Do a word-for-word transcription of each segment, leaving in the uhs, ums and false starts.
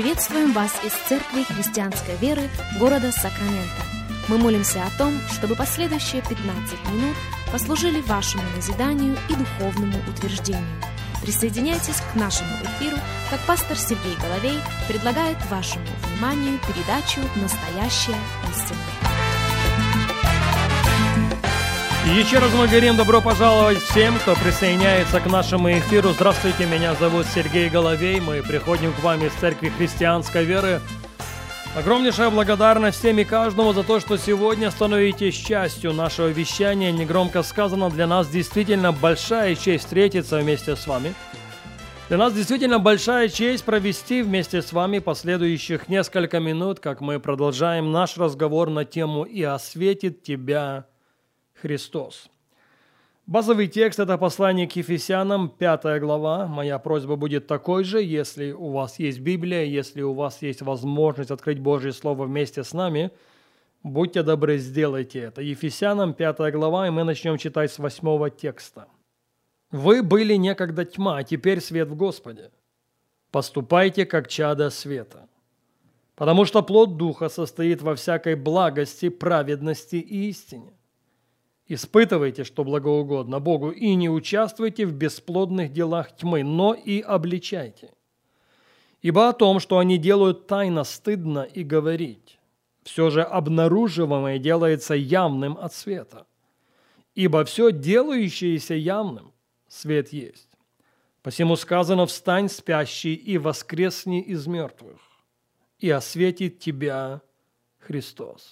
Приветствуем вас из Церкви Христианской Веры города Сакраменто. Мы молимся о том, чтобы последующие пятнадцать минут послужили вашему назиданию и духовному утверждению. Присоединяйтесь к нашему эфиру, как пастор Сергей Головей предлагает вашему вниманию передачу «Настоящая истина». И еще раз мы говорим добро пожаловать всем, кто присоединяется к нашему эфиру. Здравствуйте, меня зовут Сергей Головей. Мы приходим к вам из Церкви Христианской Веры. Огромнейшая благодарность всем и каждому за то, что сегодня становитесь частью нашего вещания. Негромко сказано, для нас действительно большая честь встретиться вместе с вами. Для нас действительно большая честь провести вместе с вами последующих несколько минут, как мы продолжаем наш разговор на тему «И осветит тебя Христос». Базовый текст – это послание к Ефесянам, пятая глава. Моя просьба будет такой же, если у вас есть Библия, если у вас есть возможность открыть Божье Слово вместе с нами, будьте добры, сделайте это. Ефесянам, пятая глава, и мы начнем читать с восьмого текста. «Вы были некогда тьма, а теперь свет в Господе. Поступайте, как чада света. Потому что плод Духа состоит во всякой благости, праведности и истине. Испытывайте, что благоугодно Богу, и не участвуйте в бесплодных делах тьмы, но и обличайте. Ибо о том, что они делают тайно, стыдно и говорить. Все же обнаруживаемое делается явным от света. Ибо все делающееся явным свет есть. Посему сказано: встань, спящий, и воскресни из мертвых, и осветит тебя Христос».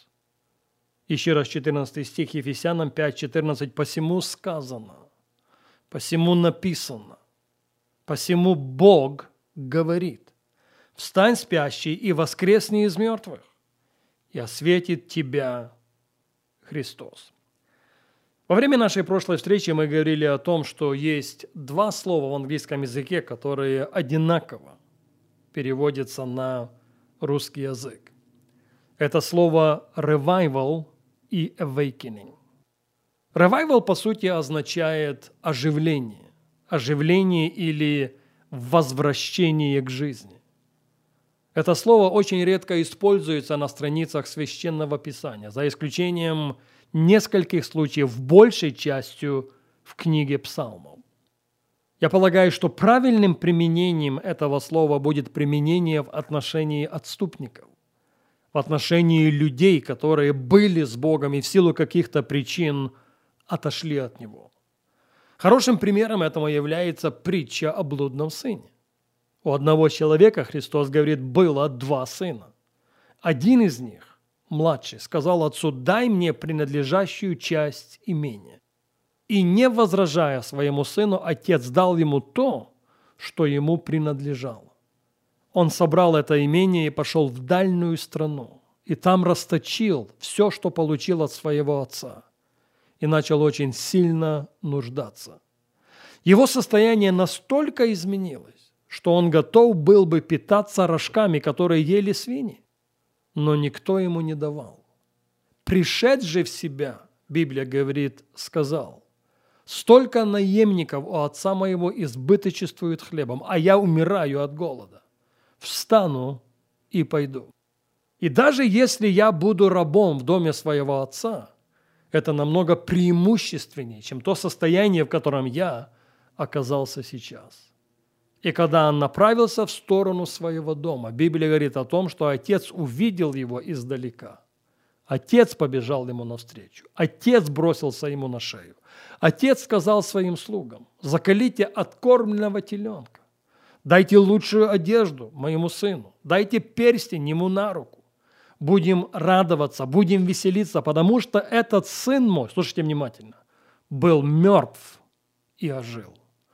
Еще раз четырнадцатый стих, Ефесянам пять четырнадцать. «Посему сказано, посему написано, посему Бог говорит: встань, спящий, и воскресни из мертвых, и осветит тебя Христос». Во время нашей прошлой встречи мы говорили о том, что есть два слова в английском языке, которые одинаково переводятся на русский язык. Это слово «revival» и «awakening». «Revival» по сути означает оживление, оживление или возвращение к жизни. Это слово очень редко используется на страницах Священного Писания, за исключением нескольких случаев, большей частью в книге Псалмов. Я полагаю, что правильным применением этого слова будет применение в отношении отступников, в отношении людей, которые были с Богом и в силу каких-то причин отошли от Него. Хорошим примером этому является притча о блудном сыне. У одного человека, Христос говорит, было два сына. Один из них, младший, сказал отцу: «Дай мне принадлежащую часть имения». И, не возражая своему сыну, отец дал ему то, что ему принадлежало. Он собрал это имение и пошел в дальнюю страну, и там расточил все, что получил от своего отца, и начал очень сильно нуждаться. Его состояние настолько изменилось, что он готов был бы питаться рожками, которые ели свиньи, но никто ему не давал. «Пришед же в себя», Библия говорит, сказал: «Столько наемников у отца моего избыточествуют хлебом, а я умираю от голода. Встану и пойду. И даже если я буду рабом в доме своего отца, это намного преимущественнее, чем то состояние, в котором я оказался сейчас». И когда он направился в сторону своего дома, Библия говорит о том, что отец увидел его издалека. Отец побежал ему навстречу. Отец бросился ему на шею. Отец сказал своим слугам: «Заколите откормленного теленка. Дайте лучшую одежду моему сыну, дайте перстень ему на руку. Будем радоваться, будем веселиться, потому что этот сын мой, слушайте внимательно, был мертв и ожил».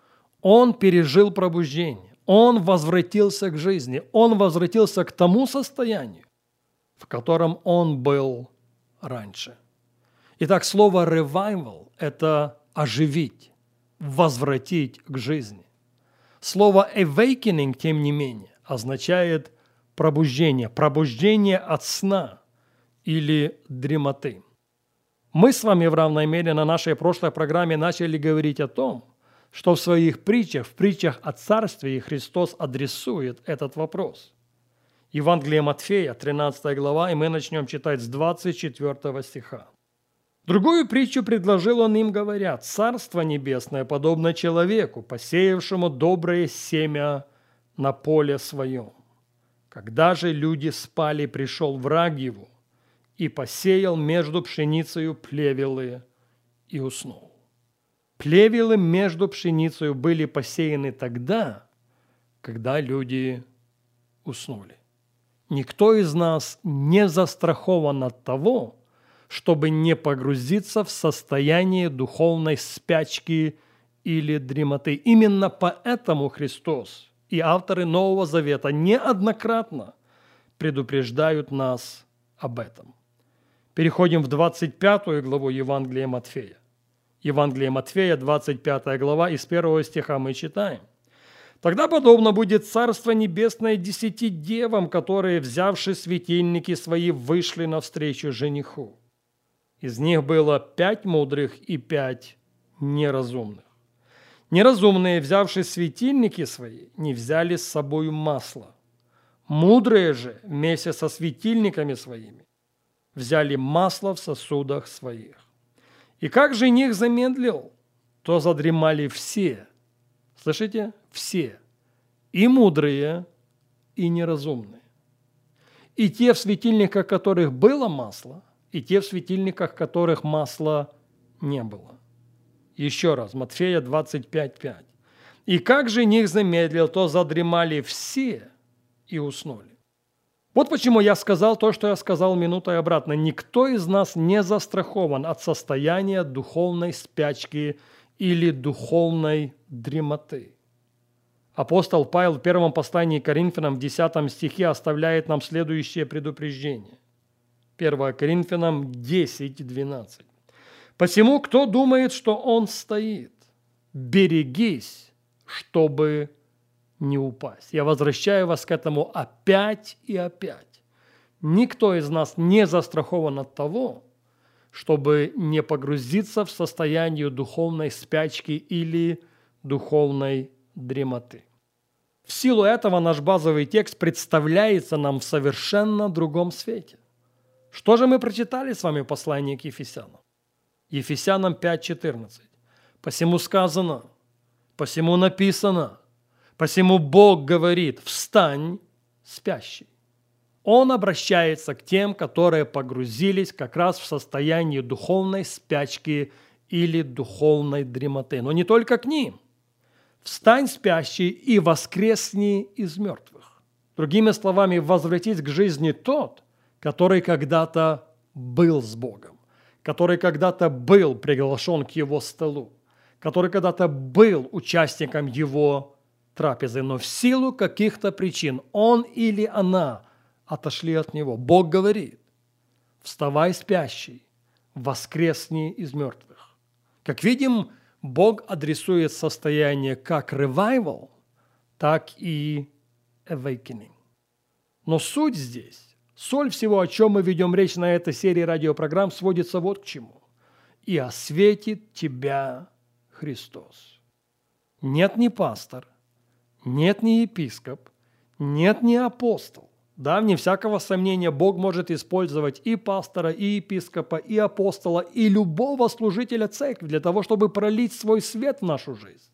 Он пережил пробуждение, он возвратился к жизни, он возвратился к тому состоянию, в котором он был раньше. Итак, слово «revival» – это оживить, возвратить к жизни. Слово «awakening», тем не менее, означает пробуждение, пробуждение от сна или дремоты. Мы с вами в равной мере на нашей прошлой программе начали говорить о том, что в своих притчах, в притчах о Царстве Христос адресует этот вопрос. Евангелие Матфея, тринадцатая глава, и мы начнем читать с двадцать четвёртого стиха. Другую притчу предложил он им, говоря: «Царство небесное подобно человеку, посеявшему доброе семя на поле своем. Когда же люди спали, пришел враг его и посеял между пшеницею плевелы и уснул». Плевелы между пшеницею были посеяны тогда, когда люди уснули. Никто из нас не застрахован от того, чтобы не погрузиться в состояние духовной спячки или дремоты. Именно поэтому Христос и авторы Нового Завета неоднократно предупреждают нас об этом. Переходим в двадцать пятую главу Евангелия Матфея. Евангелие Матфея, двадцать пятая глава, и с первого стиха мы читаем. «Тогда подобно будет Царство Небесное десяти девам, которые, взявши светильники свои, вышли навстречу жениху. Из них было пять мудрых и пять неразумных. Неразумные, взявши светильники свои, не взяли с собой масло. Мудрые же, вместе со светильниками своими, взяли масло в сосудах своих. И как жених замедлил, то задремали все». Слышите? Все. И мудрые, и неразумные. И те, в светильниках которых было масло, и те, в светильниках которых масла не было. Еще раз, Матфея двадцать пять пять. «И как жених замедлил, то задремали все и уснули». Вот почему я сказал то, что я сказал минутой обратно. Никто из нас не застрахован от состояния духовной спячки или духовной дремоты. Апостол Павел в первом послании к Коринфянам в десятом стихе оставляет нам следующее предупреждение. первое Коринфянам десять двенадцать. «Посему, кто думает, что он стоит, берегись, чтобы не упасть». Я возвращаю вас к этому опять и опять. Никто из нас не застрахован от того, чтобы не погрузиться в состояние духовной спячки или духовной дремоты. В силу этого наш базовый текст представляется нам в совершенно другом свете. Что же мы прочитали с вами в послании к Ефесянам? Ефесянам пять четырнадцать. «Посему сказано, посему написано, посему Бог говорит: встань, спящий». Он обращается к тем, которые погрузились как раз в состояние духовной спячки или духовной дремоты. Но не только к ним. «Встань, спящий, и воскресни из мертвых». Другими словами, возвратись к жизни тот, который когда-то был с Богом, который когда-то был приглашен к Его столу, который когда-то был участником Его трапезы, но в силу каких-то причин он или она отошли от Него. Бог говорит: «Вставай, спящий, воскресни из мертвых». Как видим, Бог адресует состояние как revival, так и awakening. Но суть здесь, соль всего, о чем мы ведем речь на этой серии радиопрограмм, сводится вот к чему. «И осветит тебя Христос». Нет ни пастор, нет ни епископ, нет ни апостол. Да, вне всякого сомнения, Бог может использовать и пастора, и епископа, и апостола, и любого служителя церкви для того, чтобы пролить свой свет в нашу жизнь.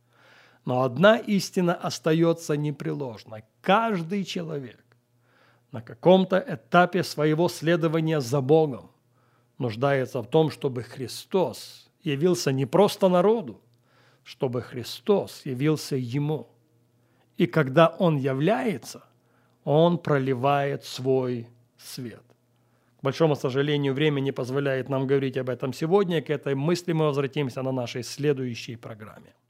Но одна истина остается непреложной. Каждый человек на каком-то этапе своего следования за Богом нуждается в том, чтобы Христос явился не просто народу, чтобы Христос явился ему. И когда Он является, Он проливает свой свет. К большому сожалению, время не позволяет нам говорить об этом сегодня. К этой мысли мы возвратимся на нашей следующей программе.